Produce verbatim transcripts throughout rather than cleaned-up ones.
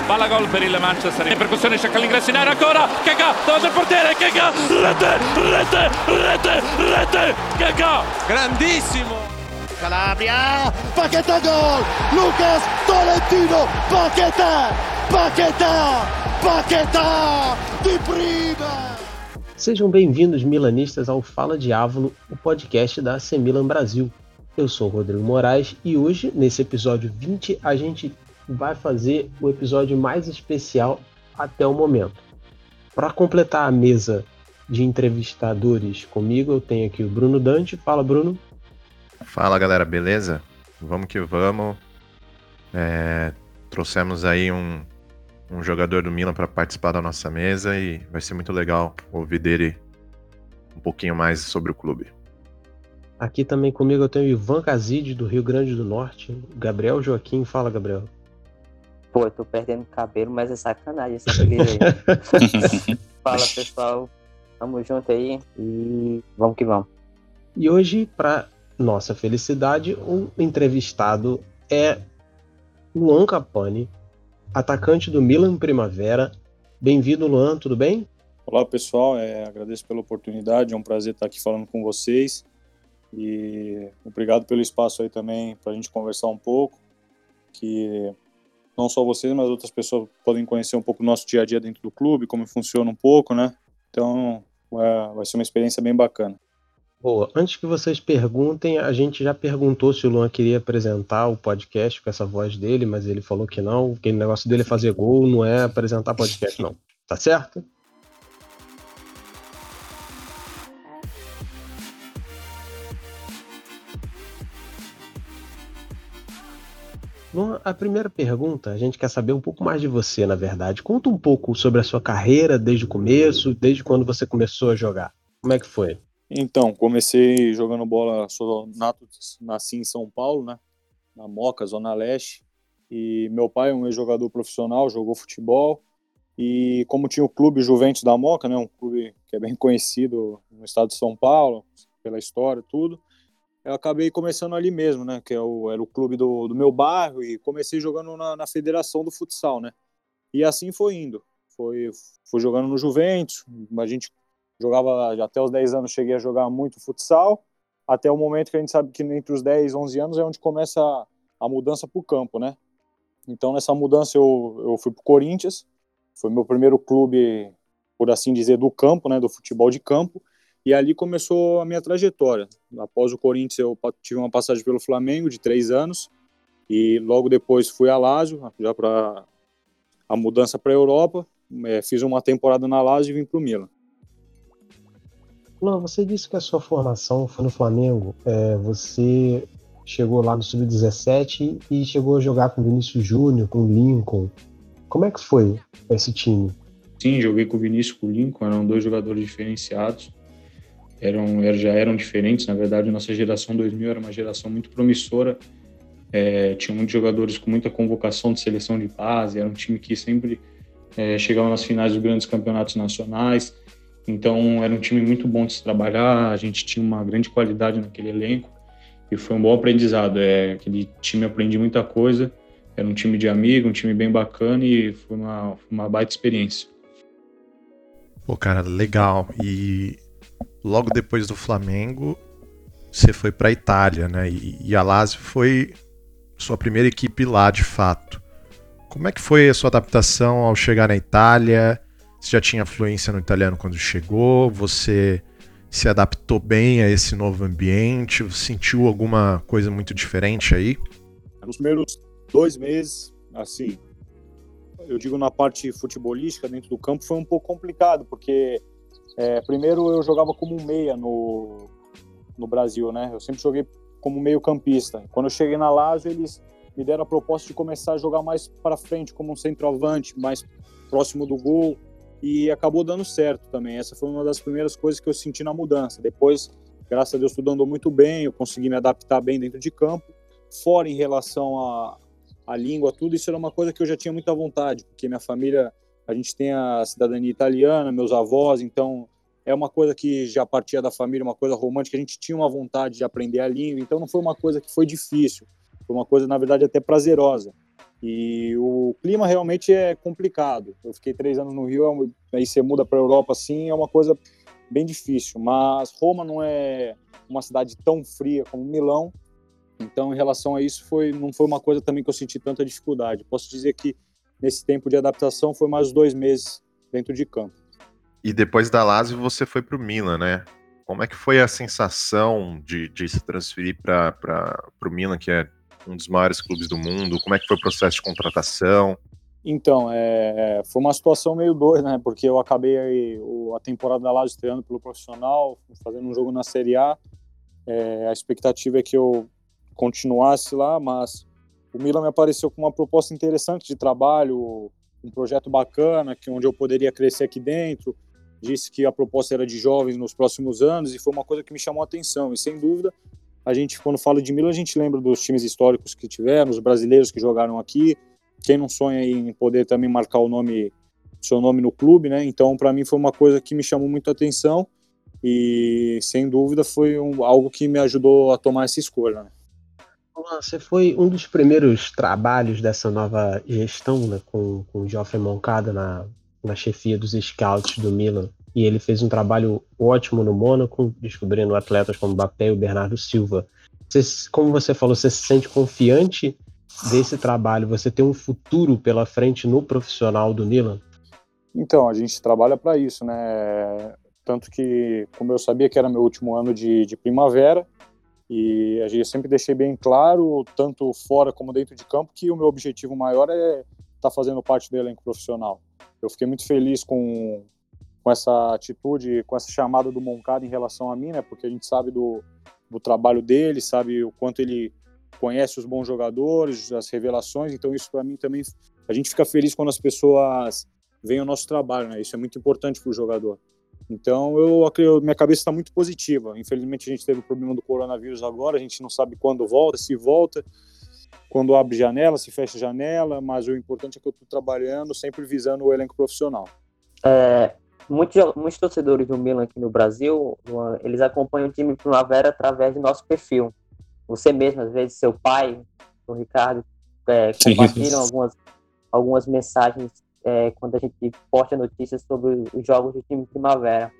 Palla gol per il Manchester, ripercussione, cerca l'ingresso in area ancora, Kaká, davanti al portiere, Kaká, rete, rete, rete, rete, Kaká, grandissimo! Calabria, Paquetá gol, Lucas Tolentino, Paquetá, Paquetá, Paquetá, de prima! Sejam bem-vindos, milanistas, ao Fala Diávolo, o podcast da A C Milan Brasil. Eu sou o Rodrigo Moraes e hoje, nesse episódio vinte, a gente vai fazer o episódio mais especial até o momento. Para completar a mesa de entrevistadores comigo, eu tenho aqui o Bruno Dante. Fala, Bruno. Fala, galera, beleza? Vamos que vamos. É, trouxemos aí um, um jogador do Milan para participar da nossa mesa e vai ser muito legal ouvir dele um pouquinho mais sobre o clube. Aqui também comigo eu tenho o Ivan Caside, do Rio Grande do Norte. Gabriel Joaquim. Fala, Gabriel. Pô, eu tô perdendo cabelo, mas é sacanagem esse apelido aí. Fala, pessoal. Tamo junto aí e vamos que vamos. E hoje, para nossa felicidade, o entrevistado é Luan Capani, atacante do Milan Primavera. Bem-vindo, Luan, tudo bem? Olá, pessoal. É, agradeço pela oportunidade. É um prazer estar aqui falando com vocês. E obrigado pelo espaço aí também para a gente conversar um pouco, que não só vocês, mas outras pessoas podem conhecer um pouco o nosso dia a dia dentro do clube, como funciona um pouco, né? Então é, vai ser uma experiência bem bacana. Boa, antes que vocês perguntem, a gente já perguntou se o Luan queria apresentar o podcast com essa voz dele, mas ele falou que não, que o negócio dele é fazer gol, não é apresentar podcast não, tá certo? Luan, a primeira pergunta, a gente quer saber um pouco mais de você, na verdade. Conta um pouco sobre a sua carreira desde o começo, desde quando você começou a jogar. Como é que foi? Então, comecei jogando bola, sou nato, nasci em São Paulo, né? Na Moca, Zona Leste. E meu pai é um ex-jogador profissional, jogou futebol. E como tinha o clube Juventus da Moca, né? Um clube que é bem conhecido no estado de São Paulo, pela história, tudo. Eu acabei começando ali mesmo, né, que é o, era o clube do, do meu bairro, e comecei jogando na, na federação do futsal, né, e assim foi indo, foi, fui jogando no Juventus, a gente jogava, até os dez anos cheguei a jogar muito futsal, até o momento que a gente sabe que entre os dez e onze anos é onde começa a, a mudança para o campo, né, então nessa mudança eu, eu fui para o Corinthians, foi meu primeiro clube, por assim dizer, do campo, né, do futebol de campo. E ali começou a minha trajetória. Após o Corinthians, eu tive uma passagem pelo Flamengo de três anos. E logo depois fui a Lazio, já para a mudança para a Europa. É, fiz uma temporada na Lazio e vim para o Milan. Luan, você disse que a sua formação foi no Flamengo. É, você chegou lá no sub dezessete e chegou a jogar com o Vinícius Júnior, com o Lincoln. Como é que foi esse time? Sim, joguei com o Vinícius e com o Lincoln. Eram dois jogadores diferenciados. Eram, já eram diferentes, na verdade, nossa geração dois mil era uma geração muito promissora, é, tinha muitos jogadores com muita convocação de seleção de base, era um time que sempre é, chegava nas finais dos grandes campeonatos nacionais, então era um time muito bom de se trabalhar, a gente tinha uma grande qualidade naquele elenco e foi um bom aprendizado, é, aquele time aprendi muita coisa, era um time de amigo, um time bem bacana e foi uma, uma baita experiência. Pô, cara, legal. E logo depois do Flamengo, você foi para a Itália, né? E, e a Lazio foi sua primeira equipe lá, de fato. Como é que foi a sua adaptação ao chegar na Itália? Você já tinha fluência no italiano quando chegou? Você se adaptou bem a esse novo ambiente? Você sentiu alguma coisa muito diferente aí? Nos primeiros dois meses, assim, eu digo na parte futebolística, dentro do campo, foi um pouco complicado, porque É, primeiro eu jogava como meia no, no Brasil, né? Eu sempre joguei como meio campista. Quando eu cheguei na Lazio, eles me deram a proposta de começar a jogar mais para frente, como um centroavante, mais próximo do gol, e acabou dando certo também. Essa foi uma das primeiras coisas que eu senti na mudança. Depois, graças a Deus, tudo andou muito bem, eu consegui me adaptar bem dentro de campo. Fora em relação à, à língua, tudo, isso era uma coisa que eu já tinha muita vontade, porque minha família, a gente tem a cidadania italiana, meus avós, então é uma coisa que já partia da família, uma coisa romântica, a gente tinha uma vontade de aprender a língua, então não foi uma coisa que foi difícil, foi uma coisa, na verdade, até prazerosa. E o clima realmente é complicado. Eu fiquei três anos no Rio, aí você muda para a Europa assim, é uma coisa bem difícil. Mas Roma não é uma cidade tão fria como Milão, então em relação a isso foi, não foi uma coisa também que eu senti tanta dificuldade. Posso dizer que nesse tempo de adaptação foi mais dois meses dentro de campo. E depois da Lazio você foi para o Milan, né? Como é que foi a sensação de, de se transferir para o Milan, que é um dos maiores clubes do mundo? Como é que foi o processo de contratação? Então, é, foi uma situação meio doida, né? Porque eu acabei aí, a temporada da Lazio estreando pelo profissional, fazendo um jogo na Série A. É, a expectativa é que eu continuasse lá, mas o Milan me apareceu com uma proposta interessante de trabalho, um projeto bacana, que onde eu poderia crescer aqui dentro. Disse que a proposta era de jovens nos próximos anos e foi uma coisa que me chamou a atenção. E sem dúvida, a gente, quando fala de Milan, a gente lembra dos times históricos que tiveram, os brasileiros que jogaram aqui. Quem não sonha em poder também marcar o nome, seu nome no clube, né? Então, para mim, foi uma coisa que me chamou muito a atenção e, sem dúvida, foi um, algo que me ajudou a tomar essa escolha, né? Você foi um dos primeiros trabalhos dessa nova gestão, né, com, com o Geoffrey Moncada na, na chefia dos scouts do Milan, e ele fez um trabalho ótimo no Mônaco, descobrindo atletas como Mbappé e o Bernardo Silva. Você, como você falou, você se sente confiante desse trabalho? Você tem um futuro pela frente no profissional do Milan? Então, a gente trabalha para isso, né? Tanto que, como eu sabia que era meu último ano de, de primavera, e a gente sempre deixei bem claro, tanto fora como dentro de campo, que o meu objetivo maior é estar fazendo parte do elenco profissional. Eu fiquei muito feliz com, com essa atitude, com essa chamada do Moncada em relação a mim, né? Porque a gente sabe do, do trabalho dele, sabe o quanto ele conhece os bons jogadores, as revelações, então isso para mim também, a gente fica feliz quando as pessoas veem o nosso trabalho, né? Isso é muito importante para o jogador. Então, eu, eu, minha cabeça está muito positiva. Infelizmente, a gente teve o problema do coronavírus agora, a gente não sabe quando volta, se volta, quando abre janela, se fecha janela, mas o importante é que eu estou trabalhando, sempre visando o elenco profissional. É, muitos, muitos torcedores do Milan aqui no Brasil, eles acompanham o time Primavera através do nosso perfil. Você mesmo, às vezes, seu pai, o Ricardo, é, compartilham algumas, algumas mensagens É, quando a gente posta notícias sobre os jogos do time Primavera.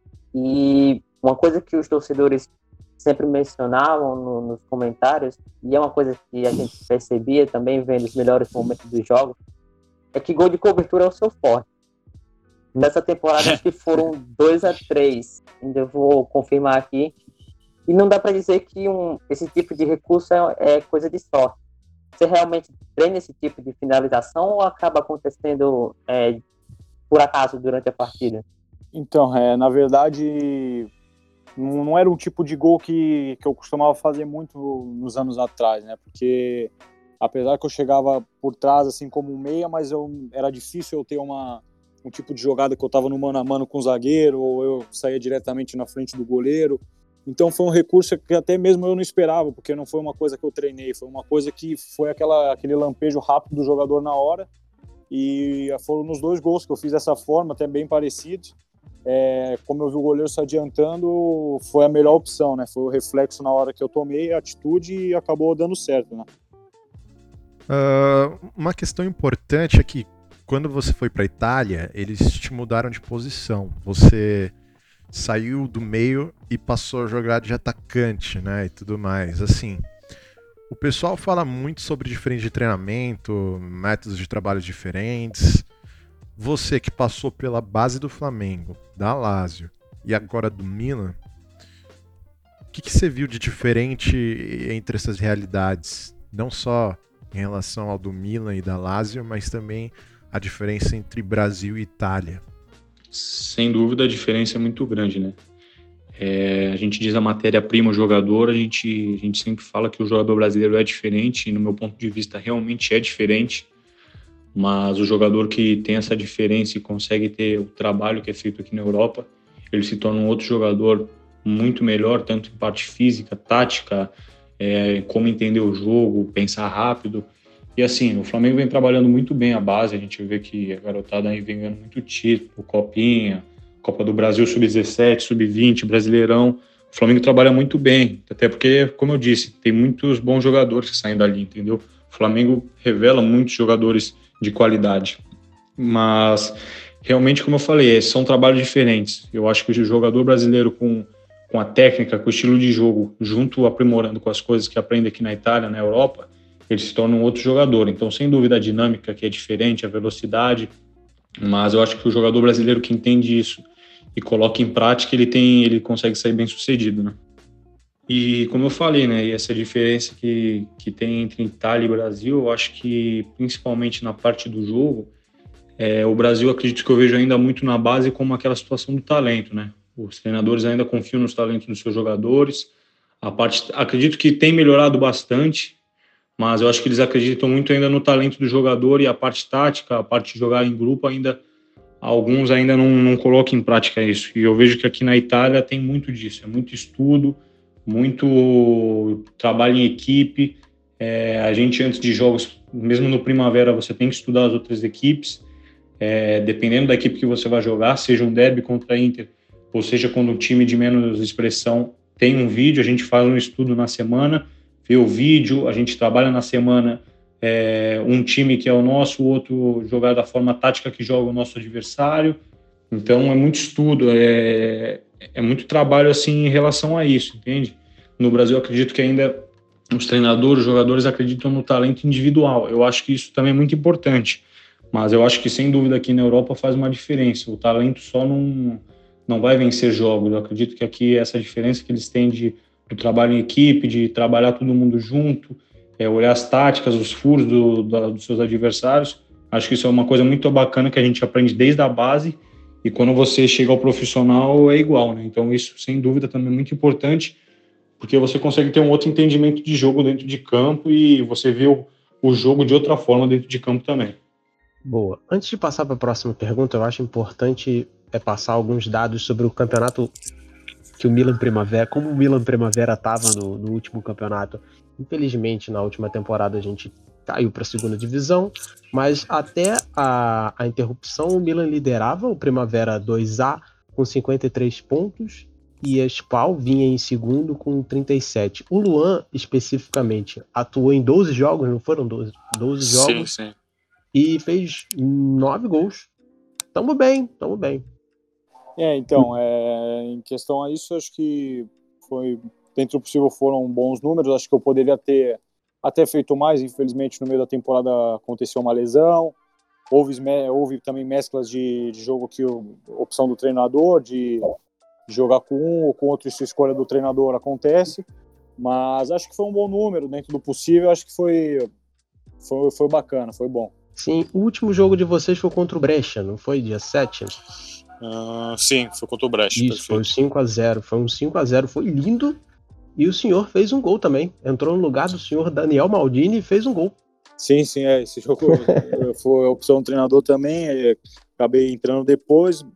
E uma coisa que os torcedores sempre mencionavam no, nos comentários, e é uma coisa que a gente percebia também vendo os melhores momentos dos jogos, é que gol de cobertura é o seu forte. Nessa temporada acho que foram dois a três, ainda eu vou confirmar aqui, e não dá para dizer que um, esse tipo de recurso é, é coisa de sorte. Você realmente treina esse tipo de finalização ou acaba acontecendo é, por acaso durante a partida? Então, é, na verdade, não, não era um tipo de gol que, que eu costumava fazer muito nos anos atrás, né? Porque apesar que eu chegava por trás assim como um meia, mas eu, era difícil eu ter uma, um tipo de jogada que eu estava no mano a mano com o zagueiro ou eu saía diretamente na frente do goleiro. Então foi um recurso que até mesmo eu não esperava, porque não foi uma coisa que eu treinei, foi uma coisa que foi aquela, aquele lampejo rápido do jogador na hora, e foram nos dois gols que eu fiz dessa forma, até bem parecidos. É, como eu vi o goleiro se adiantando, foi a melhor opção, né? Foi o reflexo na hora que eu tomei, a atitude, e acabou dando certo, né? Uh, uma questão importante é que quando você foi para a Itália, eles te mudaram de posição. Você saiu do meio e passou a jogar de atacante, né, e tudo mais. Assim, o pessoal fala muito sobre diferença de treinamento, métodos de trabalho diferentes. Você que passou pela base do Flamengo, da Lazio e agora do Milan, o que, que você viu de diferente entre essas realidades? Não só em relação ao do Milan e da Lazio, mas também a diferença entre Brasil e Itália. Sem dúvida, a diferença é muito grande, né? É, a gente diz a matéria-prima, o jogador, a gente, a gente sempre fala que o jogador brasileiro é diferente, e no meu ponto de vista realmente é diferente, mas o jogador que tem essa diferença e consegue ter o trabalho que é feito aqui na Europa, ele se torna um outro jogador muito melhor, tanto em parte física, tática, é, como entender o jogo, pensar rápido. E assim, o Flamengo vem trabalhando muito bem a base, a gente vê que a garotada aí vem ganhando muito título, Copinha, Copa do Brasil sub dezessete, sub vinte, Brasileirão. O Flamengo trabalha muito bem, até porque, como eu disse, tem muitos bons jogadores que saem dali, entendeu? O O Flamengo revela muitos jogadores de qualidade, mas realmente, como eu falei, são trabalhos diferentes. Eu acho que o jogador brasileiro com, com a técnica, com o estilo de jogo, junto aprimorando com as coisas que aprende aqui na Itália, na Europa, ele se torna um outro jogador. Então, sem dúvida, a dinâmica que é diferente, a velocidade, mas eu acho que o jogador brasileiro que entende isso e coloca em prática, ele tem, ele consegue sair bem sucedido, né? E como eu falei, né, e essa diferença que, que tem entre Itália e Brasil, eu acho que principalmente na parte do jogo, é, o Brasil, acredito que eu vejo ainda muito na base como aquela situação do talento, né? Os treinadores ainda confiam nos talentos dos seus jogadores. A parte, acredito que tem melhorado bastante, mas eu acho que eles acreditam muito ainda no talento do jogador e a parte tática, a parte de jogar em grupo ainda, alguns ainda não, não colocam em prática isso. E eu vejo que aqui na Itália tem muito disso, é muito estudo, muito trabalho em equipe. É, a gente, antes de jogos, mesmo no Primavera, você tem que estudar as outras equipes, é, dependendo da equipe que você vai jogar, seja um derby contra a Inter, ou seja, quando um time de menos expressão tem um vídeo, a gente faz um estudo na semana, vê o vídeo, a gente trabalha na semana é, um time que é o nosso, o outro jogar da forma tática que joga o nosso adversário. Então é muito estudo, é, é muito trabalho assim em relação a isso, entende? No Brasil, eu acredito que ainda os treinadores, os jogadores acreditam no talento individual. Eu acho que isso também é muito importante, mas eu acho que sem dúvida aqui na Europa faz uma diferença. O talento só não, não vai vencer jogos. Eu acredito que aqui essa diferença que eles têm de, do trabalho em equipe, de trabalhar todo mundo junto, é, olhar as táticas, os furos do, da, dos seus adversários, acho que isso é uma coisa muito bacana que a gente aprende desde a base. E quando você chega ao profissional é igual, né? Então isso, sem dúvida, também é muito importante, porque você consegue ter um outro entendimento de jogo dentro de campo e você vê o, o jogo de outra forma dentro de campo também. Boa. Antes de passar para a próxima pergunta, eu acho importante é, passar alguns dados sobre o campeonato que o Milan Primavera, como o Milan Primavera estava no, no último campeonato. Infelizmente, na última temporada a gente caiu para a segunda divisão, mas até a, a interrupção o Milan liderava o Primavera dois A com cinquenta e três pontos e a Spal vinha em segundo com trinta e sete. O Luan, especificamente, atuou em doze jogos, não foram doze? doze jogos. Sim, sim. E fez nove gols. Tamo bem, tamo bem. É, então, é, em questão a isso, acho que foi, dentro do possível foram bons números. Acho que eu poderia ter até feito mais, infelizmente no meio da temporada aconteceu uma lesão, houve, houve também mesclas de, de jogo que opção do treinador, de, de jogar com um ou com outro, isso escolha do treinador acontece, mas acho que foi um bom número, dentro do possível, acho que foi, foi, foi bacana, foi bom. Sim, o último jogo de vocês foi contra o Brescia, não foi? Dia sete? Uh, sim, foi contra o Brescia. Isso, perfeito. Foi o cinco a zero, foi um cinco a zero, foi lindo. E o senhor fez um gol também. Entrou no lugar do senhor Daniel Maldini e fez um gol. Sim, sim, é. Esse jogo foi a opção do treinador também. É, acabei entrando depois.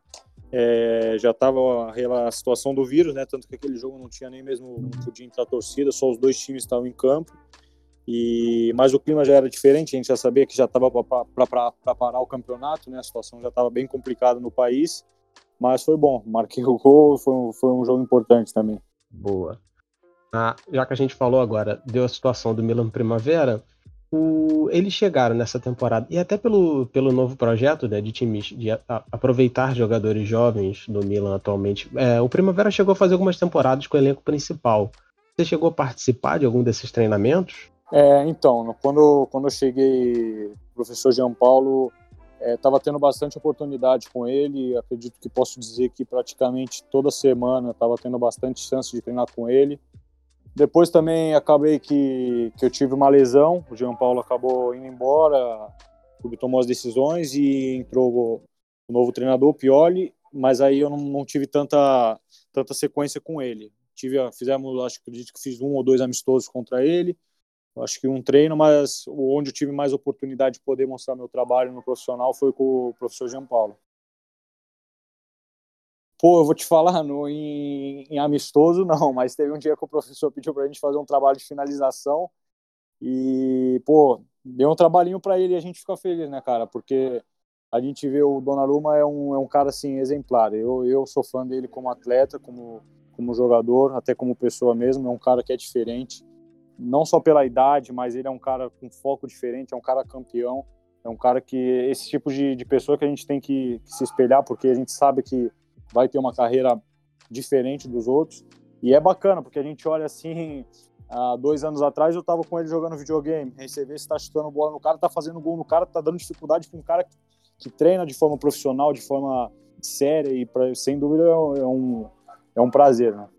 É, já estava a situação do vírus, né? Tanto que aquele jogo não tinha nem mesmo, não podia entrar a torcida, só os dois times estavam em campo. E, mas o clima já era diferente, a gente já sabia que já estava para parar o campeonato, né? A situação já estava bem complicada no país. Mas foi bom, marquei o gol, foi um, foi um jogo importante também. Boa. Ah, já que a gente falou agora, deu a situação do Milan Primavera, o, eles chegaram nessa temporada, e até pelo, pelo novo projeto, né, de times, de a, a, aproveitar jogadores jovens do Milan atualmente, é, o Primavera chegou a fazer algumas temporadas com o elenco principal. Você chegou a participar de algum desses treinamentos? É, então, quando, quando eu cheguei, o professor Jean Paulo estava é, tendo bastante oportunidade com ele, acredito que posso dizer que praticamente toda semana estava tendo bastante chance de treinar com ele. Depois também acabei que, que eu tive uma lesão, o Jean Paulo acabou indo embora, o clube tomou as decisões e entrou o novo treinador, o Pioli, mas aí eu não, não tive tanta, tanta sequência com ele. Tive, fizemos, acho que acredito que fiz um ou dois amistosos contra ele, acho que um treino, mas onde eu tive mais oportunidade de poder mostrar meu trabalho no profissional foi com o professor Jean Paulo. Pô, eu vou te falar, no, em, em amistoso não, mas teve um dia que o professor pediu pra gente fazer um trabalho de finalização e, pô, deu um trabalhinho pra ele e a gente fica feliz, né, cara, porque a gente vê o Donnarumma é um, é um cara, assim, exemplar. Eu, eu sou fã dele como atleta, como, como jogador, até como pessoa mesmo, é um cara que é diferente. não só pela idade, mas ele é um cara com foco diferente, é um cara campeão, é um cara que, esse tipo de, de pessoa que a gente tem que, que se espelhar, porque a gente sabe que vai ter uma carreira diferente dos outros, e é bacana, porque a gente olha assim, há dois anos atrás eu tava com ele jogando videogame, aí você vê se tá chutando bola no cara, tá fazendo gol no cara, tá dando dificuldade pra um cara que, que treina de forma profissional, de forma séria, e pra, sem dúvida é um, é um prazer, né?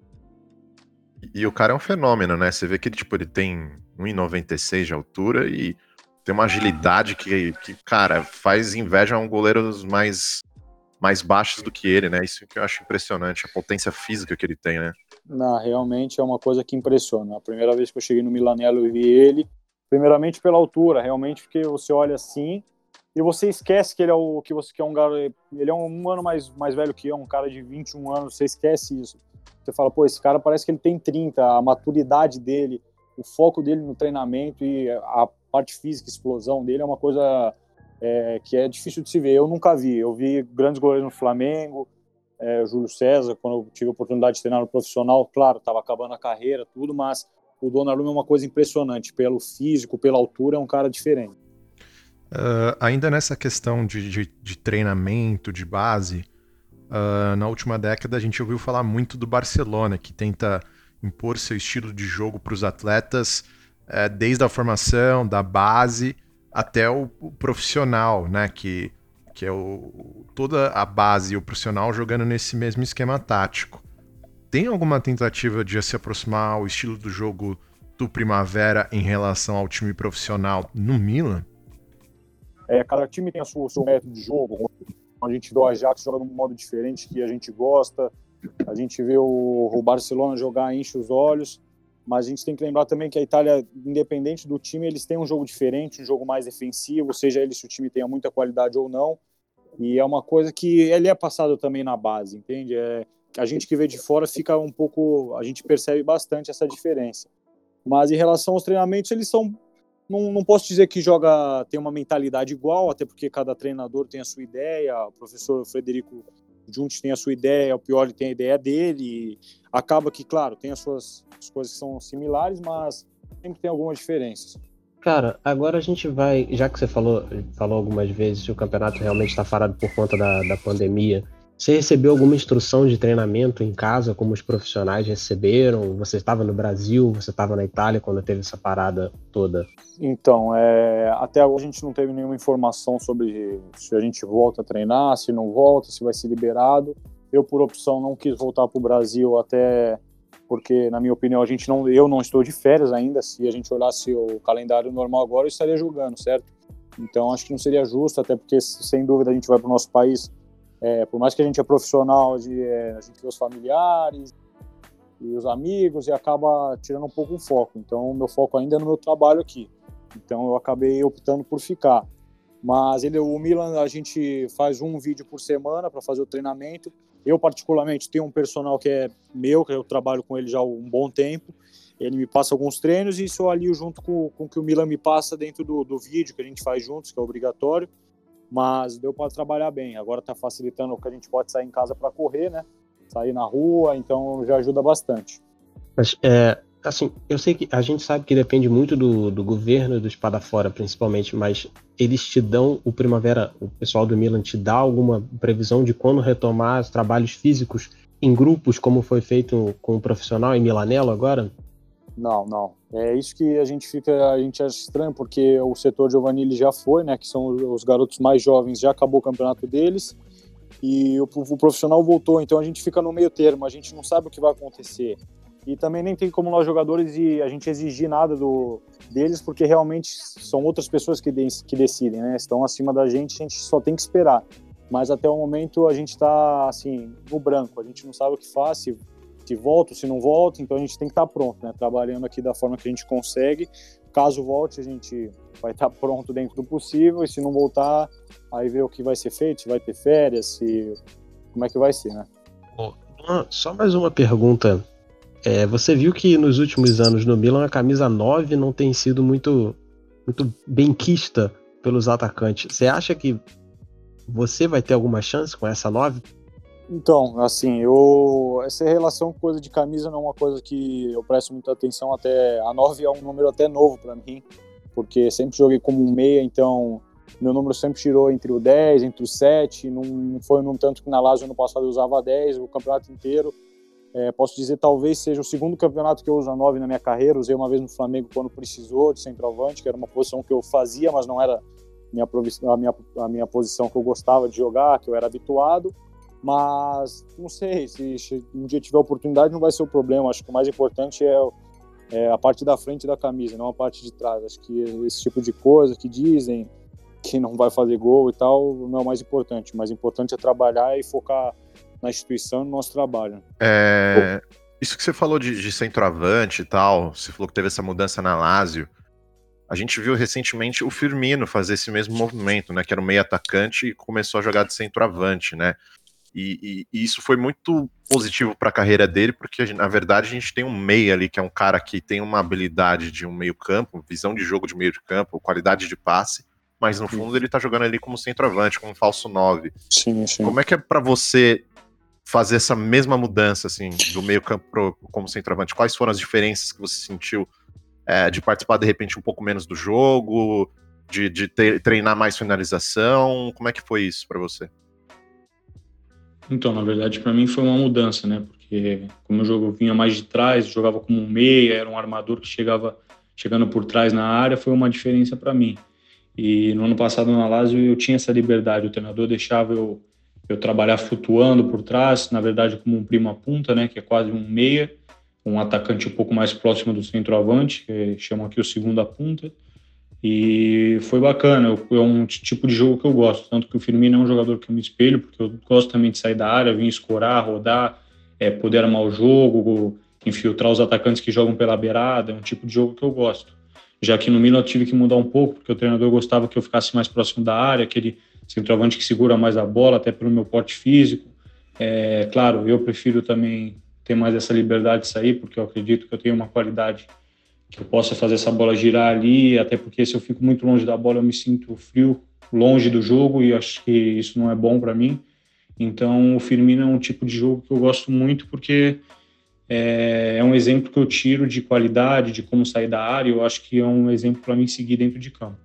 E o cara é um fenômeno, né? Você vê que ele, tipo, ele tem um metro e noventa e seis de altura e tem uma agilidade que, que, cara, faz inveja a um goleiro mais, mais baixos do que ele, né? Isso que eu acho impressionante, a potência física que ele tem, né? Não, realmente é uma coisa que impressiona. A primeira vez que eu cheguei no Milanello e vi ele, primeiramente pela altura, realmente, porque você olha assim e você esquece que ele é o que você que é um garoto, ele é um ano mais, mais velho que eu, um cara de vinte e um anos, você esquece isso. Você fala, pô, esse cara parece que ele tem trinta, a maturidade dele, o foco dele no treinamento e a parte física, a explosão dele é uma coisa é, que é difícil de se ver. Eu nunca vi. Eu vi grandes goleiros no Flamengo, é, Júlio César, quando eu tive a oportunidade de treinar no profissional, claro, estava acabando a carreira, tudo, mas o Donnarumma é uma coisa impressionante. Pelo físico, pela altura, é um cara diferente. Uh, ainda nessa questão de, de, de treinamento, de base, uh, na última década a gente ouviu falar muito do Barcelona, que tenta impor seu estilo de jogo para os atletas, uh, desde a formação, da base, até o, o profissional, né? Que, que é o, toda a base e o profissional jogando nesse mesmo esquema tático. Tem alguma tentativa de se aproximar ao estilo do jogo do Primavera em relação ao time profissional no Milan? É, cada time tem a sua, o seu método de jogo. A gente vê o Ajax joga de um modo diferente que a gente gosta. A gente vê o, o Barcelona jogar, enche os olhos. Mas a gente tem que lembrar também que a Itália, independente do time, eles têm um jogo diferente, um jogo mais defensivo, seja ele se o time tenha muita qualidade ou não. E é uma coisa que ele é passado também na base, entende? É, a gente que vê de fora fica um pouco... A gente percebe bastante essa diferença. Mas em relação aos treinamentos, eles são... Não, não posso dizer que joga tem uma mentalidade igual, até porque cada treinador tem a sua ideia, o professor Frederico Junti tem a sua ideia, o Pioli tem a ideia dele, e acaba que, claro, tem as suas as coisas que são similares, mas sempre tem algumas diferenças. Cara, agora a gente vai, já que você falou, falou algumas vezes que o campeonato realmente está parado por conta da, da pandemia, você recebeu alguma instrução de treinamento em casa, como os profissionais receberam? Você estava no Brasil, você estava na Itália quando teve essa parada toda? Então, é, até agora a gente não teve nenhuma informação sobre se a gente volta a treinar, se não volta, se vai ser liberado. Eu, por opção, não quis voltar para o Brasil até porque, na minha opinião, a gente não, eu não estou de férias ainda. Se a gente olhasse o calendário normal agora, eu estaria jogando, certo? Então, acho que não seria justo, até porque, sem dúvida, a gente vai para o nosso país. É, por mais que a gente é profissional, de, é, a gente vê os familiares e os amigos e acaba tirando um pouco o foco. Então, o meu foco ainda é no meu trabalho aqui. Então, eu acabei optando por ficar. Mas ele, o Milan, a gente faz um vídeo por semana para fazer o treinamento. Eu, particularmente, tenho um personal que é meu, que eu trabalho com ele já há um bom tempo. Ele me passa alguns treinos e isso eu alio junto com, com o que o Milan me passa dentro do, do vídeo que a gente faz juntos, que é obrigatório. Mas deu para trabalhar bem. Agora está facilitando que a gente pode sair em casa para correr, né? Sair na rua, então já ajuda bastante. Mas, é, assim, eu sei que a gente sabe que depende muito do, do governo e do espada fora, principalmente, mas eles te dão, o Primavera, o pessoal do Milan te dá alguma previsão de quando retomar os trabalhos físicos em grupos, como foi feito com o profissional em Milanello agora? Não, não. É isso que a gente fica, a gente acha estranho, porque o setor Giovanili já foi, né, que são os garotos mais jovens, já acabou o campeonato deles, e o, o profissional voltou, então a gente fica no meio termo, a gente não sabe o que vai acontecer. E também nem tem como nós jogadores e a gente exigir nada do, deles, porque realmente são outras pessoas que, de, que decidem, né, estão acima da gente, a gente só tem que esperar. Mas até o momento a gente está, assim, no branco, a gente não sabe o que faz, se se volta, se não volta, então a gente tem que estar pronto, né? Trabalhando aqui da forma que a gente consegue. Caso volte, a gente vai estar pronto dentro do possível, e se não voltar, aí ver o que vai ser feito, se vai ter férias, se... como é que vai ser, né? Bom, só mais uma pergunta. É, você viu que nos últimos anos no Milan a camisa nove não tem sido muito, muito benquista pelos atacantes. Você acha que você vai ter alguma chance com essa nove? Então, assim, eu essa relação com coisa de camisa não é uma coisa que eu presto muita atenção. Até a nove é um número até novo para mim, porque sempre joguei como um meia, então meu número sempre girou entre o dez, entre o sete, não foi num tanto que na Lazio ano passado eu usava dez o campeonato inteiro. É, posso dizer, talvez seja o segundo campeonato que eu uso a nove na minha carreira. Usei uma vez no Flamengo quando precisou, de centroavante, que era uma posição que eu fazia, mas não era minha, a, minha, a minha posição que eu gostava de jogar, que eu era habituado. Mas, não sei, se um dia tiver oportunidade não vai ser o problema. Acho que o mais importante é, é a parte da frente da camisa, não a parte de trás. Acho que esse tipo de coisa que dizem que não vai fazer gol e tal, não é o mais importante. O mais importante é trabalhar e focar na instituição e no nosso trabalho. É, isso que você falou de, de centroavante e tal, você falou que teve essa mudança na Lazio. A gente viu recentemente o Firmino fazer esse mesmo movimento, né? Que era um meio atacante e começou a jogar de centroavante, né? E, e, e isso foi muito positivo para a carreira dele, porque na verdade a gente tem um meia ali, que é um cara que tem uma habilidade de um meio campo, visão de jogo de meio de campo, qualidade de passe, mas no fundo ele tá jogando ali como centroavante, como falso nove. Sim, sim. Como é que é para você fazer essa mesma mudança, assim, do meio campo pro, como centroavante? Quais foram as diferenças que você sentiu é, de participar, de repente, um pouco menos do jogo, de, de ter, treinar mais finalização? Como é que foi isso para você? Então, na verdade, para mim foi uma mudança, né? Porque como eu jogo, vinha mais de trás, jogava como um meia, era um armador que chegava chegando por trás na área, foi uma diferença para mim. E no ano passado na Lazio eu tinha essa liberdade, o treinador deixava eu, eu trabalhar flutuando por trás, na verdade como um prima-punta, né? Que é quase um meia, um atacante um pouco mais próximo do centroavante, que chamam aqui o segunda punta. E foi bacana, é um tipo de jogo que eu gosto, tanto que o Firmino é um jogador que eu me espelho, porque eu gosto também de sair da área, vir escorar, rodar, é, poder armar o jogo, infiltrar os atacantes que jogam pela beirada, é um tipo de jogo que eu gosto. Já que no Milan eu tive que mudar um pouco, porque o treinador gostava que eu ficasse mais próximo da área, aquele centroavante que segura mais a bola, até pelo meu porte físico. É, claro, eu prefiro também ter mais essa liberdade de sair, porque eu acredito que eu tenho uma qualidade que eu possa fazer essa bola girar ali, até porque se eu fico muito longe da bola eu me sinto frio, longe do jogo, e acho que isso não é bom para mim. Então o Firmino é um tipo de jogo que eu gosto muito, porque é, é um exemplo que eu tiro de qualidade, de como sair da área, eu acho que é um exemplo para mim seguir dentro de campo.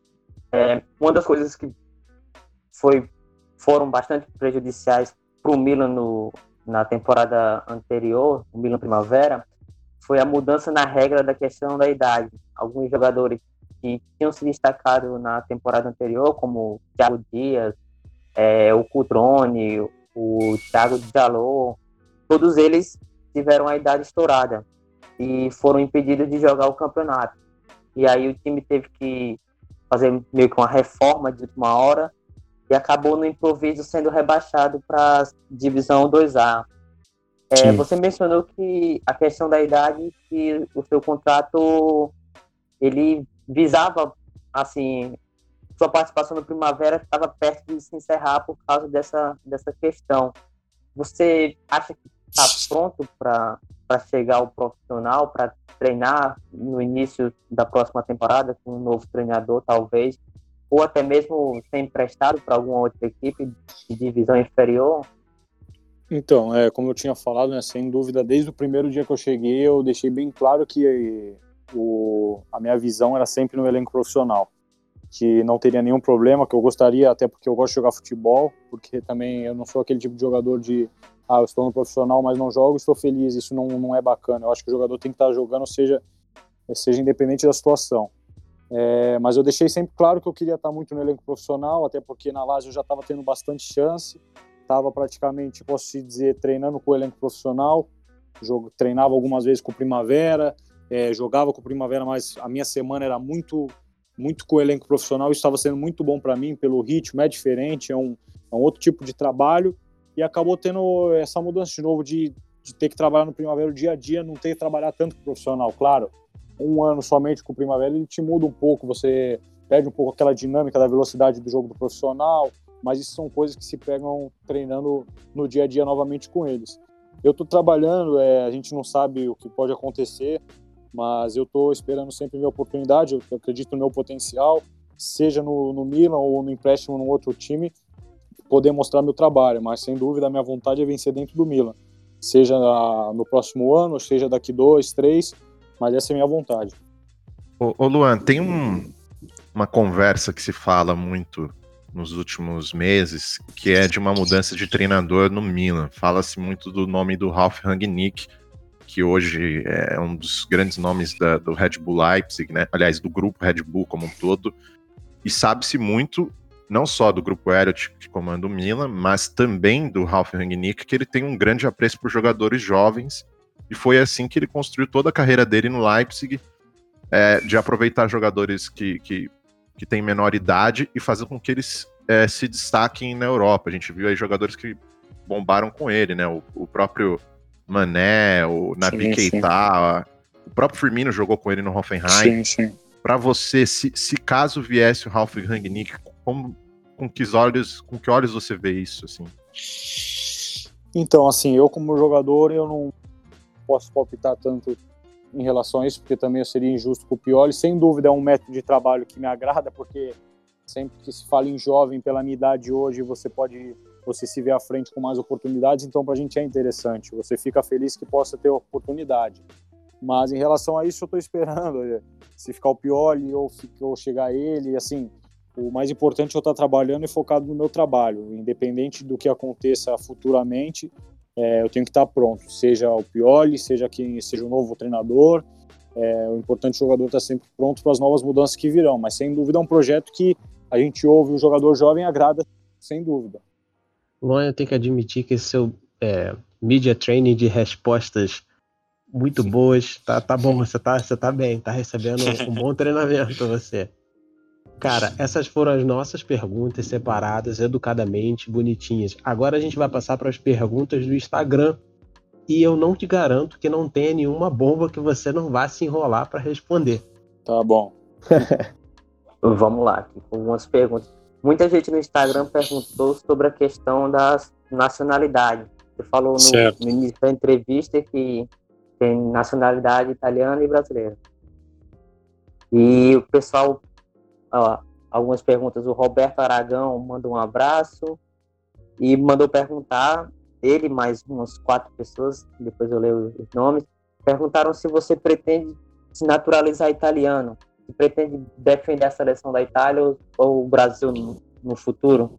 É, uma das coisas que foi, foram bastante prejudiciais para o Milan no, na temporada anterior, o Milan Primavera, foi a mudança na regra da questão da idade. Alguns jogadores que tinham se destacado na temporada anterior, como o Thiago Dias, é, o Cutrone, o Thiago Dalot, todos eles tiveram a idade estourada e foram impedidos de jogar o campeonato. E aí o time teve que fazer meio que uma reforma de última hora e acabou no improviso sendo rebaixado para a divisão dois A. É, você mencionou que a questão da idade, que o seu contrato ele visava, assim, sua participação no Primavera estava perto de se encerrar por causa dessa, dessa questão. Você acha que está pronto para chegar ao profissional, para treinar no início da próxima temporada com um novo treinador, talvez, ou até mesmo ser emprestado para alguma outra equipe de divisão inferior? Então, é, como eu tinha falado, né, sem dúvida, desde o primeiro dia que eu cheguei, eu deixei bem claro que o, a minha visão era sempre no elenco profissional, que não teria nenhum problema, que eu gostaria, até porque eu gosto de jogar futebol, porque também eu não sou aquele tipo de jogador de, ah, eu estou no profissional, mas não jogo, estou feliz, isso não, não é bacana. Eu acho que o jogador tem que estar jogando, seja, seja independente da situação. É, mas eu deixei sempre claro que eu queria estar muito no elenco profissional, até porque na Lazio eu já estava tendo bastante chance, estava praticamente, posso te dizer, treinando com o elenco profissional, jogo, treinava algumas vezes com o Primavera, é, jogava com o Primavera, mas a minha semana era muito, muito com o elenco profissional, isso estava sendo muito bom para mim, pelo ritmo, é diferente, é um, é um outro tipo de trabalho, e acabou tendo essa mudança de novo de, de ter que trabalhar no Primavera o dia a dia, não ter que trabalhar tanto com o profissional, claro, um ano somente com o Primavera, ele te muda um pouco, você perde um pouco aquela dinâmica da velocidade do jogo do profissional, mas isso são coisas que se pegam treinando no dia a dia novamente com eles. Eu estou trabalhando, é, a gente não sabe o que pode acontecer, mas eu estou esperando sempre a minha oportunidade, eu acredito no meu potencial, seja no, no Milan ou no empréstimo num outro time, poder mostrar meu trabalho, mas sem dúvida a minha vontade é vencer dentro do Milan, seja no próximo ano, seja daqui dois, três, mas essa é a minha vontade. Ô, ô Luan, tem um, uma conversa que se fala muito nos últimos meses, que é de uma mudança de treinador no Milan. Fala-se muito do nome do Ralf Rangnick, que hoje é um dos grandes nomes da, do Red Bull Leipzig, né? Aliás, do grupo Red Bull como um todo, e sabe-se muito, não só do grupo Elliott, que comanda o Milan, mas também do Ralf Rangnick, que ele tem um grande apreço por jogadores jovens, e foi assim que ele construiu toda a carreira dele no Leipzig, é, de aproveitar jogadores que, que que tem menor idade e fazer com que eles é, se destaquem na Europa. A gente viu aí jogadores que bombaram com ele, né? O, o próprio Mané, o Naby Keita, o próprio Firmino jogou com ele no Hoffenheim. Sim, sim. Para você, se, se caso viesse o Ralf Rangnick, como, com que olhos, com que olhos você vê isso, assim? Então, assim, eu como jogador, eu não posso palpitar tanto em relação a isso, porque também eu seria injusto com o Pioli. Sem dúvida é um método de trabalho que me agrada, porque sempre que se fala em jovem, pela minha idade hoje, você pode, você se vê à frente com mais oportunidades, então pra gente é interessante, você fica feliz que possa ter oportunidade. Mas em relação a isso eu tô esperando, se ficar o Pioli ou, ou chegar ele, assim, o mais importante é eu estar trabalhando e focado no meu trabalho, independente do que aconteça futuramente. É, eu tenho que estar pronto, seja o Pioli, seja quem seja o novo treinador. É, o importante é o jogador estar sempre pronto para as novas mudanças que virão, mas sem dúvida é um projeto que a gente ouve o jogador jovem agrada, sem dúvida. Luan, eu tenho que admitir que esse seu é, media training de respostas muito boas, tá, tá bom, você tá, você tá bem, tá recebendo um bom treinamento você. Cara, essas foram as nossas perguntas separadas, educadamente, bonitinhas. Agora a gente vai passar para as perguntas do Instagram. E eu não te garanto que não tenha nenhuma bomba que você não vá se enrolar para responder. Tá bom. Vamos lá, aqui com algumas perguntas. Muita gente no Instagram perguntou sobre a questão da nacionalidade. Você falou no, no início da entrevista que tem nacionalidade italiana e brasileira. E o pessoal... Ó, algumas perguntas, o Roberto Aragão mandou um abraço e mandou perguntar, ele mais umas quatro pessoas, depois eu leio os nomes, perguntaram se você pretende se naturalizar italiano, se pretende defender a seleção da Itália ou, ou o Brasil no, no futuro.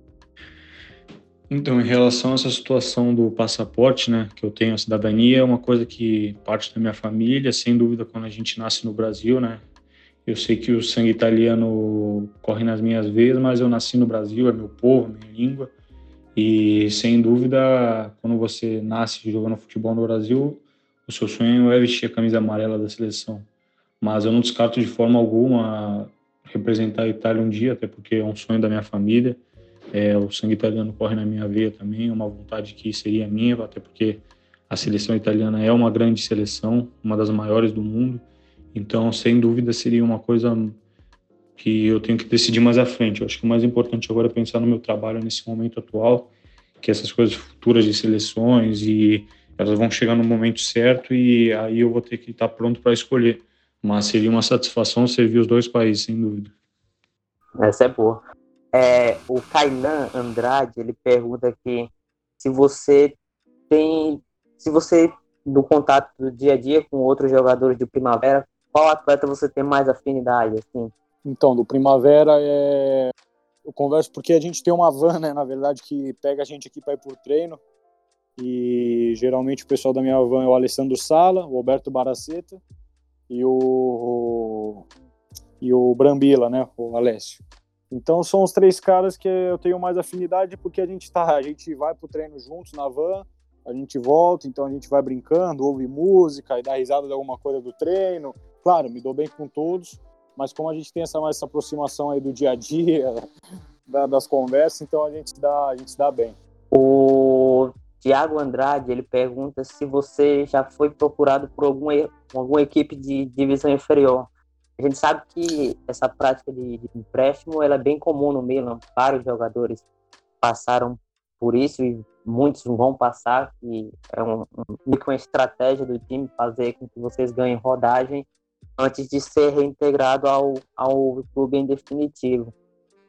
Então, em relação a essa situação do passaporte, né, que eu tenho a cidadania, é uma coisa que parte da minha família, sem dúvida, quando a gente nasce no Brasil, né, eu sei que o sangue italiano corre nas minhas veias, mas eu nasci no Brasil, é meu povo, minha língua. E, sem dúvida, quando você nasce jogando futebol no Brasil, o seu sonho é vestir a camisa amarela da seleção. Mas eu não descarto de forma alguma representar a Itália um dia, até porque é um sonho da minha família. É, o sangue italiano corre na minha veia também, é uma vontade que seria minha, até porque a seleção italiana é uma grande seleção, uma das maiores do mundo. Então, sem dúvida, seria uma coisa que eu tenho que decidir mais à frente. Eu acho que o mais importante agora é pensar no meu trabalho nesse momento atual, que essas coisas futuras de seleções, e elas vão chegar no momento certo e aí eu vou ter que estar pronto para escolher. Mas seria uma satisfação servir os dois países, sem dúvida. Essa é boa. É, o Kainan Andrade, ele pergunta aqui se você tem, se você, no contato do dia a dia com outros jogadores do Primavera, qual atleta você tem mais afinidade, assim? Então, do Primavera, é... eu converso porque a gente tem uma van, né, na verdade, que pega a gente aqui para ir por treino, e geralmente o pessoal da minha van é o Alessandro Sala, o Roberto Baraceta e o, e o Brambila, né, o Alessio. Então são os três caras que eu tenho mais afinidade, porque a gente tá, a gente vai pro treino juntos na van, a gente volta, então a gente vai brincando, ouve música e dá risada de alguma coisa do treino. Claro, me dou bem com todos, mas como a gente tem essa, essa aproximação aí do dia a dia, da, das conversas, então a gente se dá, a gente se dá bem. O Thiago Andrade, ele pergunta se você já foi procurado por alguma, alguma equipe de divisão inferior. A gente sabe que essa prática de, de empréstimo ela é bem comum no Milan. Vários jogadores passaram por isso e muitos vão passar. E é um, um, uma estratégia do time fazer com que vocês ganhem rodagem antes de ser reintegrado ao, ao clube em definitivo.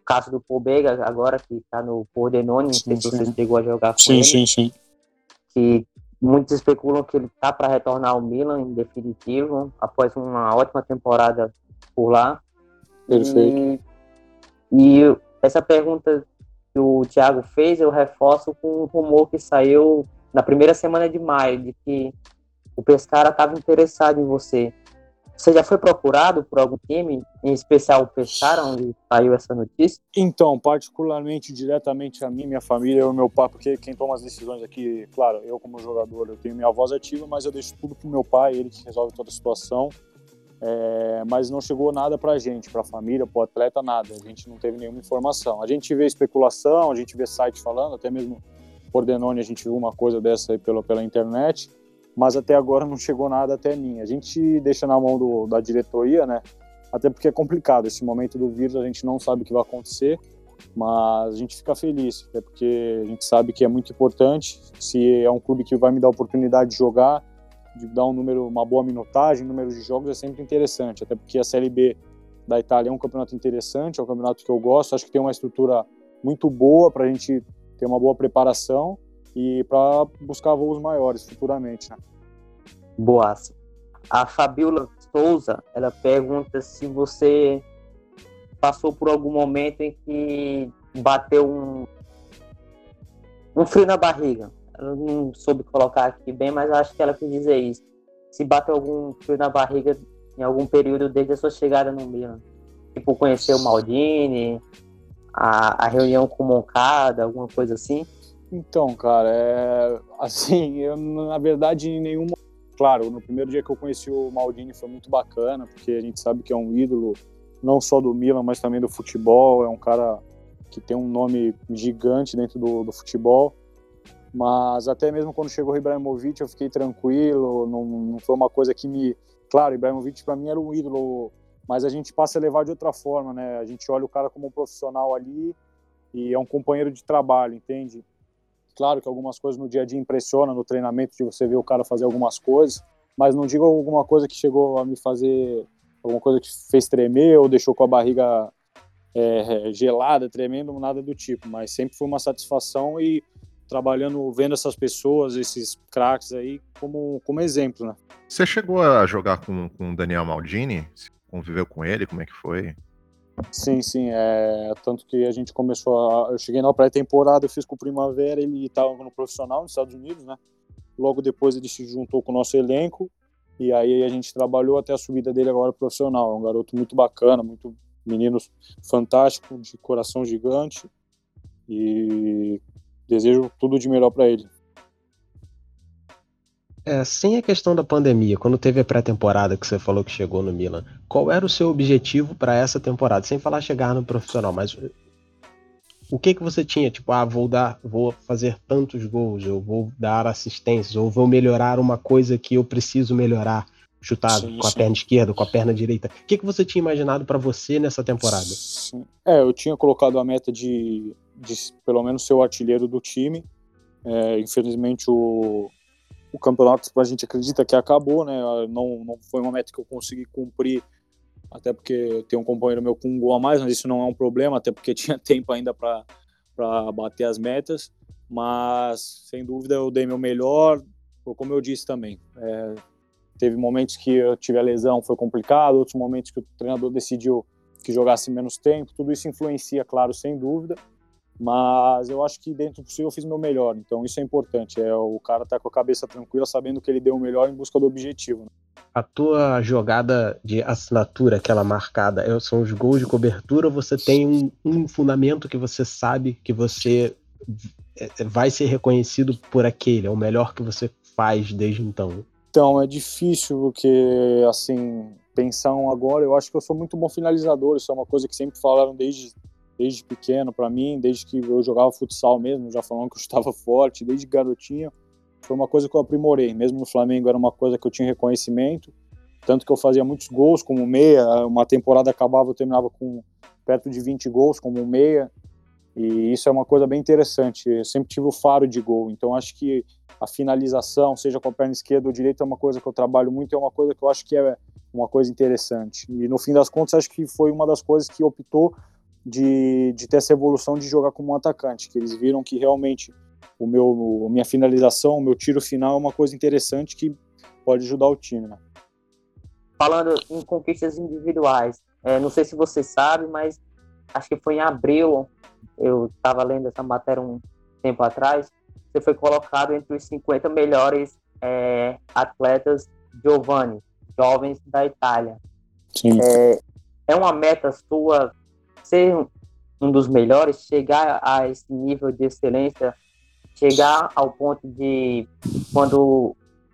caso do Pobega, agora que está no Pordenone, não sei se você chegou a jogar com sim, ele. Sim, sim, sim. Que muitos especulam que ele está para retornar ao Milan em definitivo, após uma ótima temporada por lá. Perfeito. E, e essa pergunta que o Thiago fez, eu reforço com um rumor que saiu na primeira semana de maio, de que o Pescara estava interessado em você. Você já foi procurado por algum time, em especial o Pescara, onde saiu essa notícia? Então, particularmente, diretamente a mim, minha família, eu e meu pai, porque quem toma as decisões aqui, claro, eu como jogador, eu tenho minha voz ativa, mas eu deixo tudo pro meu pai, ele que resolve toda a situação. É, mas não chegou nada pra gente, pra família, pro atleta, nada. A gente não teve nenhuma informação. A gente vê especulação, a gente vê site falando, até mesmo por Denone a gente viu uma coisa dessa aí pela, pela internet, mas até agora não chegou nada até mim. A gente deixa na mão do, da diretoria, né? Até porque é complicado, esse momento do vírus a gente não sabe o que vai acontecer, mas a gente fica feliz, até porque a gente sabe que é muito importante. Se é um clube que vai me dar a oportunidade de jogar, de dar um número, uma boa minutagem, número de jogos é sempre interessante, até porque a Série B da Itália é um campeonato interessante, é um campeonato que eu gosto, acho que tem uma estrutura muito boa para a gente ter uma boa preparação e para buscar voos maiores futuramente, né? Boas. A Fabiola Souza, ela pergunta se você passou por algum momento em que bateu um, um frio na barriga. Eu não soube colocar aqui bem, mas acho que ela quis dizer isso. Se bateu algum frio na barriga em algum período desde a sua chegada no Milan. Tipo, conhecer o Maldini, a, a reunião com o Moncada, alguma coisa assim. Então, cara, é assim, eu na verdade em nenhuma... Claro, no primeiro dia que eu conheci o Maldini foi muito bacana, porque a gente sabe que é um ídolo não só do Milan, mas também do futebol. É um cara que tem um nome gigante dentro do, do futebol. Mas até mesmo quando chegou o Ibrahimovic eu fiquei tranquilo, não, não foi uma coisa que me... Claro, o Ibrahimovic para mim era um ídolo, mas a gente passa a levar de outra forma, né? A gente olha o cara como um profissional ali e é um companheiro de trabalho, entende? Claro que algumas coisas no dia a dia impressionam, no treinamento, de você ver o cara fazer algumas coisas, mas não digo alguma coisa que chegou a me fazer, alguma coisa que fez tremer ou deixou com a barriga é, gelada, tremendo, nada do tipo, mas sempre foi uma satisfação e trabalhando, vendo essas pessoas, esses craques aí, como, como exemplo, né? Você chegou a jogar com, com o Daniel Maldini? Conviveu com ele? Como é que foi? Sim, sim, é, tanto que a gente começou a... Eu cheguei na pré-temporada, eu fiz com o Primavera, ele estava no profissional nos Estados Unidos, né? Logo depois ele se juntou com o nosso elenco, e aí a gente trabalhou até a subida dele agora profissional. É um garoto muito bacana, muito menino fantástico, de coração gigante, e desejo tudo de melhor para ele. É, sem a questão da pandemia, quando teve a pré-temporada que você falou que chegou no Milan, qual era o seu objetivo para essa temporada? Sem falar chegar no profissional, mas o que que você tinha? Tipo, ah, vou dar, vou fazer tantos gols, eu vou dar assistências, ou vou melhorar uma coisa que eu preciso melhorar, chutar Sim, com a sim. perna esquerda, com a perna direita. O que que você tinha imaginado para você nessa temporada? Sim. É, eu tinha colocado a meta de, de pelo menos ser o artilheiro do time. É, infelizmente o, o campeonato a gente acredita que acabou, né? Não, não foi uma meta que eu consegui cumprir, até porque tem um companheiro meu com um gol a mais, mas isso não é um problema, até porque tinha tempo ainda para bater as metas. Mas sem dúvida eu dei meu melhor, como eu disse também. É, teve momentos que eu tive a lesão, foi complicado, outros momentos que o treinador decidiu que jogasse menos tempo, tudo isso influencia, claro, sem dúvida, mas eu acho que dentro do possível eu fiz meu melhor, então isso é importante, é o cara estar tá com a cabeça tranquila, sabendo que ele deu o melhor em busca do objetivo, né? A tua jogada de assinatura, aquela marcada, são os gols de cobertura, ou você tem um, um fundamento que você sabe que você vai ser reconhecido por aquele, é o melhor que você faz desde então? Então, é difícil, porque, assim, pensar um agora, eu acho que eu sou muito bom finalizador, isso é uma coisa que sempre falaram desde, desde pequeno para mim, desde que eu jogava futsal mesmo, já falaram que eu estava forte, desde garotinho, foi uma coisa que eu aprimorei, mesmo no Flamengo era uma coisa que eu tinha reconhecimento, tanto que eu fazia muitos gols como meia, uma temporada acabava, eu terminava com perto de vinte gols como meia, e isso é uma coisa bem interessante, eu sempre tive o faro de gol, então acho que a finalização, seja com a perna esquerda ou direita, é uma coisa que eu trabalho muito, é uma coisa que eu acho que é uma coisa interessante. E no fim das contas, acho que foi uma das coisas que optou de, de ter essa evolução de jogar como um atacante, que eles viram que realmente o meu, a minha finalização, o meu tiro final é uma coisa interessante que pode ajudar o time, né? Falando em conquistas individuais, é, não sei se você sabe, mas acho que foi em abril, eu estava lendo essa matéria um tempo atrás, você foi colocado entre os cinquenta melhores é, atletas Giovani, jovens da Itália. Sim. É, é uma meta sua ser um dos melhores, chegar a esse nível de excelência, chegar ao ponto de, quando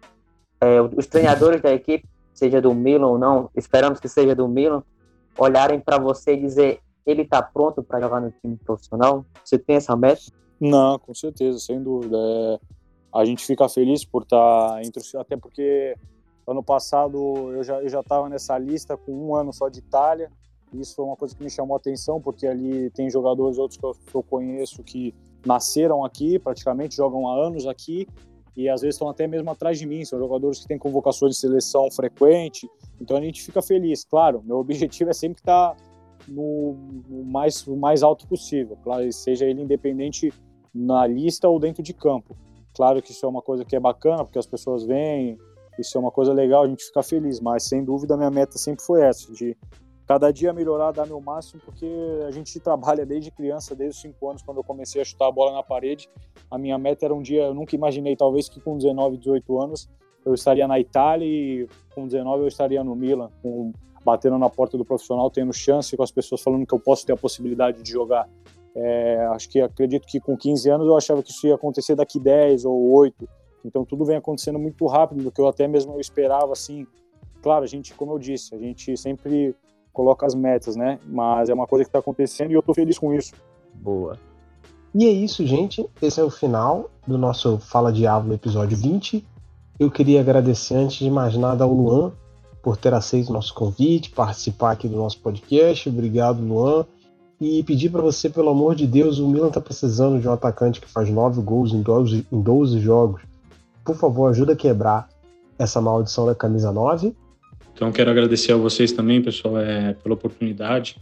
é, os treinadores da equipe, seja do Milan ou não, esperamos que seja do Milan, olharem para você e dizer, ele está pronto para jogar no time profissional? Você tem essa meta? Não, com certeza, sem dúvida. É, a gente fica feliz por estar entre os... Até porque ano passado eu já eu já estava nessa lista com um ano só de Itália. Isso foi uma coisa que me chamou a atenção, porque ali tem jogadores outros que eu, que eu conheço que nasceram aqui, praticamente jogam há anos aqui, e às vezes estão até mesmo atrás de mim. São jogadores que têm convocações de seleção frequente, então a gente fica feliz. Claro, meu objetivo é sempre estar no, no, mais, no mais alto possível, claro, seja ele independente na lista ou dentro de campo. Claro que isso é uma coisa que é bacana, porque as pessoas vêm, isso é uma coisa legal, a gente fica feliz, mas sem dúvida a minha meta sempre foi essa, de cada dia melhorar, dar meu máximo, porque a gente trabalha desde criança, desde os cinco anos, quando eu comecei a chutar a bola na parede. A minha meta era um dia, eu nunca imaginei, talvez que com dezenove, dezoito anos, eu estaria na Itália e com dezenove eu estaria no Milan, com, batendo na porta do profissional, tendo chance, com as pessoas falando que eu posso ter a possibilidade de jogar. É, acho que acredito que com quinze anos eu achava que isso ia acontecer daqui dez ou oito, então tudo vem acontecendo muito rápido, do que eu até mesmo eu esperava, assim. Claro, a gente, como eu disse, a gente sempre coloca as metas, né? Mas é uma coisa que está acontecendo e eu tô feliz com isso. Boa. E é isso, gente. Esse é o final do nosso Fala Diabo episódio vinte. Eu queria agradecer, antes de mais nada, ao Luan por ter aceito o nosso convite, participar aqui do nosso podcast. Obrigado, Luan. E pedir para você, pelo amor de Deus, o Milan está precisando de um atacante que faz nove gols em doze, em doze jogos. Por favor, ajuda a quebrar essa maldição da camisa nove. Então, quero agradecer a vocês também, pessoal, é, pela oportunidade.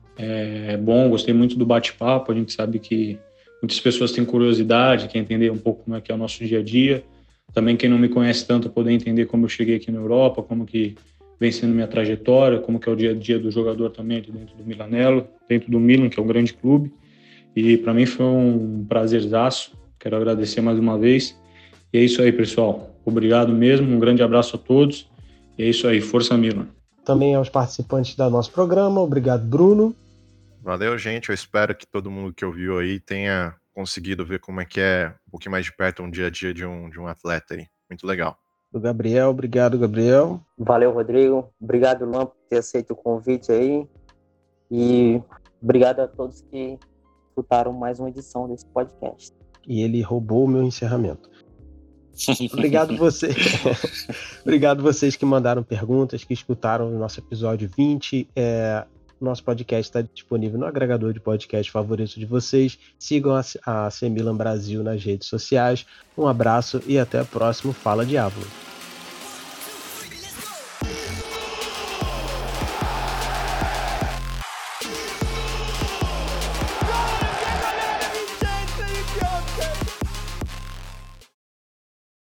É bom, gostei muito do bate-papo. A gente sabe que muitas pessoas têm curiosidade, quer entender um pouco como é que é o nosso dia a dia. Também quem não me conhece tanto, poder entender como eu cheguei aqui na Europa, como que vem sendo minha trajetória, como que é o dia a dia do jogador também aqui dentro do Milanello, dentro do Milan, que é um grande clube. E para mim foi um prazerzaço. Quero agradecer mais uma vez. E é isso aí, pessoal. Obrigado mesmo, um grande abraço a todos. E é isso aí, força Milan. Também aos participantes do nosso programa, obrigado, Bruno. Valeu, gente, eu espero que todo mundo que ouviu aí tenha conseguido ver como é que é um pouquinho mais de perto um dia a dia de um, de um atleta aí. Muito legal. O Gabriel, obrigado, Gabriel. Valeu, Rodrigo. Obrigado, Luan, por ter aceito o convite aí. E obrigado a todos que escutaram mais uma edição desse podcast. E ele roubou o meu encerramento. Obrigado você. Obrigado vocês que mandaram perguntas, que escutaram o nosso episódio vinte. É, nosso podcast está disponível no agregador de podcast favorito de vocês. Sigam a, a A C Milan Brasil nas redes sociais. Um abraço e até o próximo Fala Diabo.